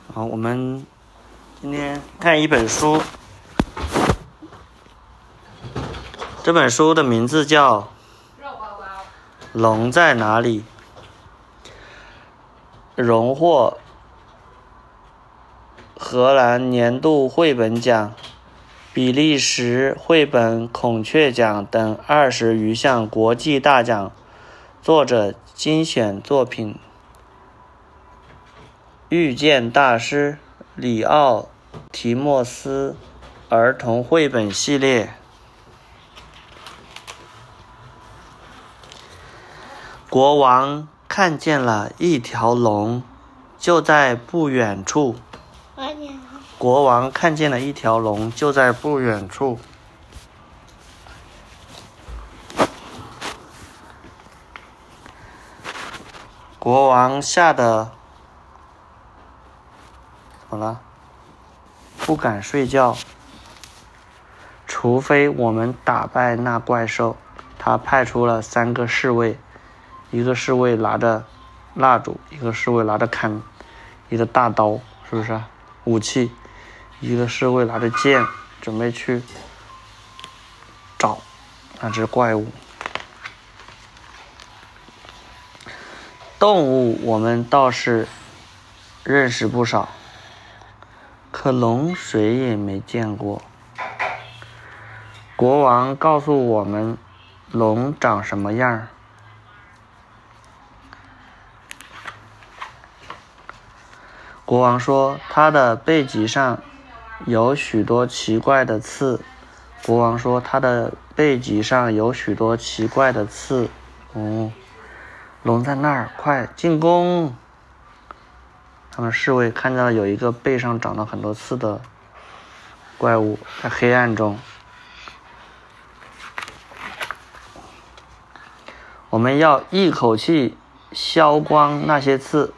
好，我们今天看一本书，这本书的名字叫《龙在哪里》，荣获荷兰年度绘本奖、比利时绘本孔雀奖等20余项国际大奖，作者精选作品遇见大师里奥提莫斯儿童绘本系列。国王看见了一条龙，就在不远处。国王看见了一条龙，就在不远处。国王吓得怎么了？不敢睡觉，除非我们打败那怪兽。他派出了3个侍卫，一个侍卫拿着蜡烛，一个侍卫拿着砍一个大刀，是不是啊？武器，一个侍卫拿着剑，准备去找那只怪物。动物我们倒是认识不少，可龙谁也没见过。国王告诉我们龙长什么样。国王说它的背脊上有许多奇怪的刺。国王说它的背脊上有许多奇怪的刺。龙在那儿，快进攻！他们侍卫看到有一个背上长了很多刺的怪物，在黑暗中。我们要一口气削光那些刺。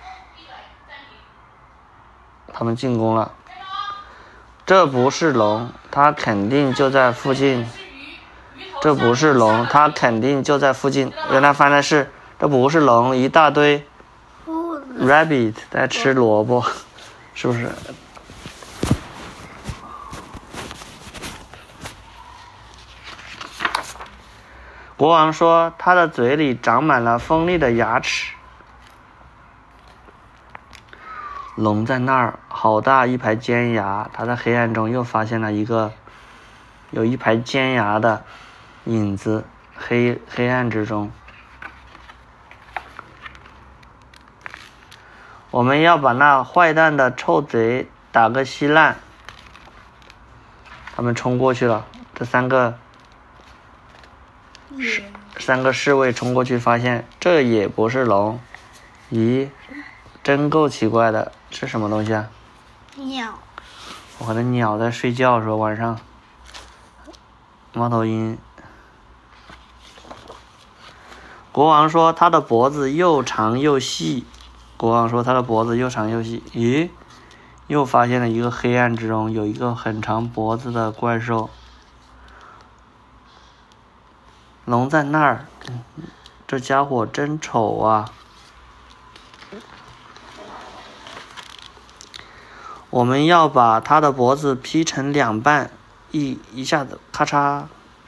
他们进攻了。这不是龙，它肯定就在附近。这不是龙，它肯定就在附近。原来翻的是这不是龙，一大堆 rabbit 在吃萝卜，是不是？国王说他的嘴里长满了锋利的牙齿。龙在那儿，好大一排尖牙。他在黑暗中又发现了有一排尖牙的影子，黑暗之中。我们要把那坏蛋的臭贼打个稀烂。他们冲过去了，这三个侍卫冲过去，发现这也不是龙。咦，真够奇怪的，是什么东西啊？ 鸟。 我和那鸟在睡觉说晚上。猫头鹰。国王说他的脖子又长又细。国王说他的脖子又长又细。咦，又发现了一个黑暗之中有一个很长脖子的怪兽。龙在那儿，这家伙真丑啊。我们要把他的脖子劈成2半，一下子咔嚓。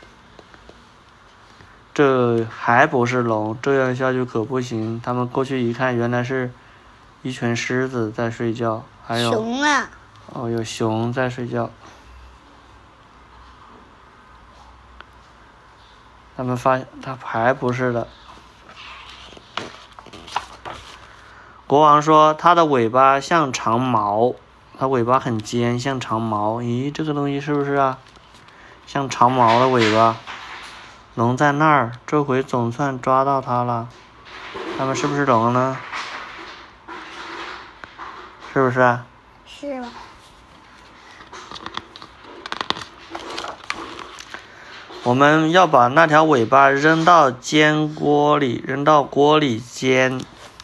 这还不是龙，这样下去可不行。他们过去一看，原来是一群狮子在睡觉，还有熊啊！ 有熊在睡觉。他们发现它还不是的。国王说它的尾巴像长矛，它尾巴很尖，像长矛。咦，这个东西是不是啊？像长矛的尾巴。龙在那儿，这回总算抓到它了。它们是不是龙呢？是不是啊？ 是吧？ 我们要把那条尾巴扔到锅里煎。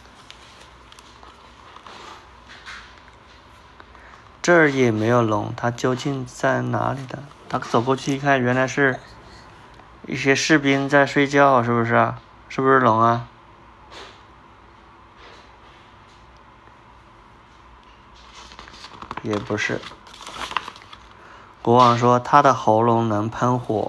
这儿也没有龙，它究竟在哪里的？他走过去一看，原来是一些士兵在睡觉，是不是啊？是不是龙啊？ 也不是。国王说他的喉咙能喷火。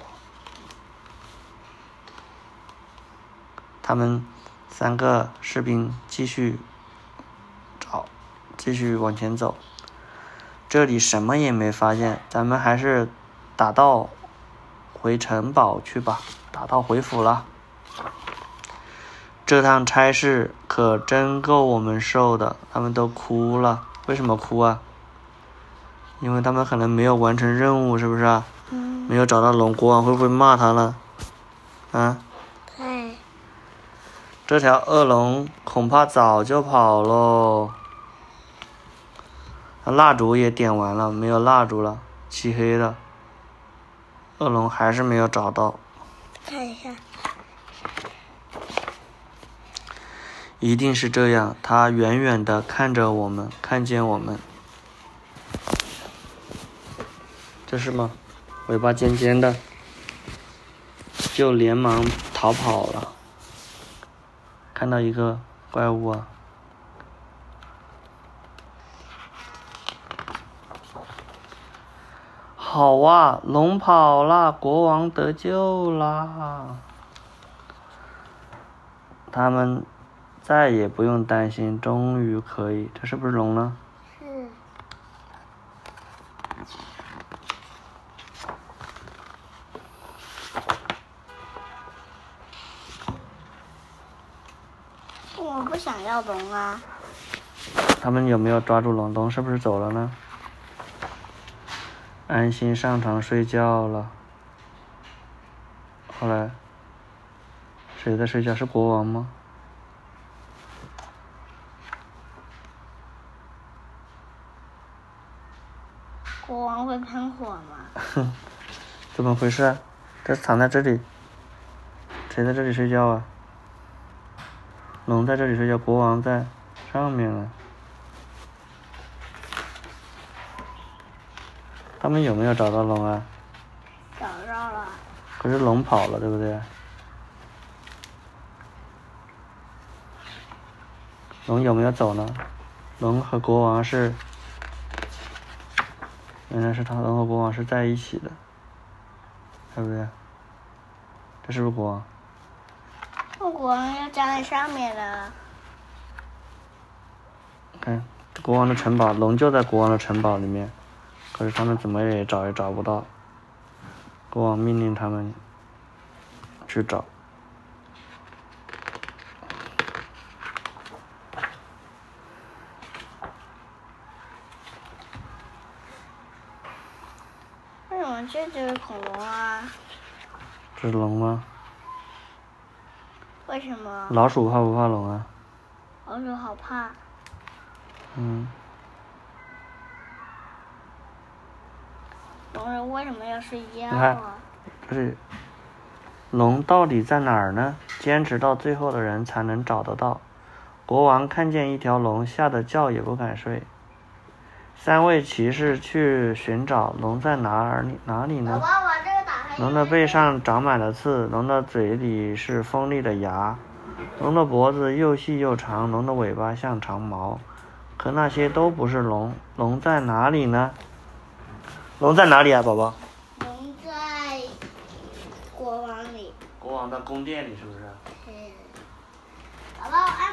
他们3个士兵继续找，继续往前走。这里什么也没发现，咱们还是打道回城堡去吧，打道回府了。这趟差事可真够我们受的，他们都哭了。为什么哭啊？因为他们可能没有完成任务，是不是啊？没有找到龙，国王会不会骂他呢？啊？ 对。 这条恶龙恐怕早就跑喽。蜡烛也点完了，没有蜡烛了，漆黑了。恶龙还是没有找到。 看一下。 一定是这样，他远远地看着我们，看见我们。这是吗？尾巴尖尖的，就连忙逃跑了。看到一个怪物啊！好啊，龙跑了，国王得救啦！他们再也不用担心，终于可以。这是不是龙呢？ 是。我不想要龙啊。 他们有没有抓住龙？龙是不是走了呢？安心上床睡觉了。后来，谁在睡觉？是国王吗？ 国王会喷火吗？ 怎么回事啊？他躺在这里，谁在这里睡觉啊？龙在这里睡觉，国王在上面了。他们有没有找到龙啊？ 找到了。 可是龙跑了，对不对？龙有没有走呢？龙和国王是，原来是他龙和国王是在一起的，对不对？这是不是国王？ 国王要站在上面了。 看，国王的城堡，龙就在国王的城堡里面，可是他们怎么也找不到。国王命令他们去找。 为什么这就是恐龙啊？ 这是龙吗？ 为什么？ 老鼠怕不怕龙啊？ 老鼠好怕。龙人为什么要睡觉啊？ 这里，龙到底在哪儿呢？坚持到最后的人才能找得到。国王看见一条龙，吓得觉也不敢睡。3位骑士去寻找龙在哪里呢？龙的背上长满了刺，龙的嘴里是锋利的牙，龙的脖子又细又长，龙的尾巴像长矛。可那些都不是龙，龙在哪里呢？龙在哪里啊，宝宝？ 龙在国王里。 国王的宫殿里是不是？ 宝宝。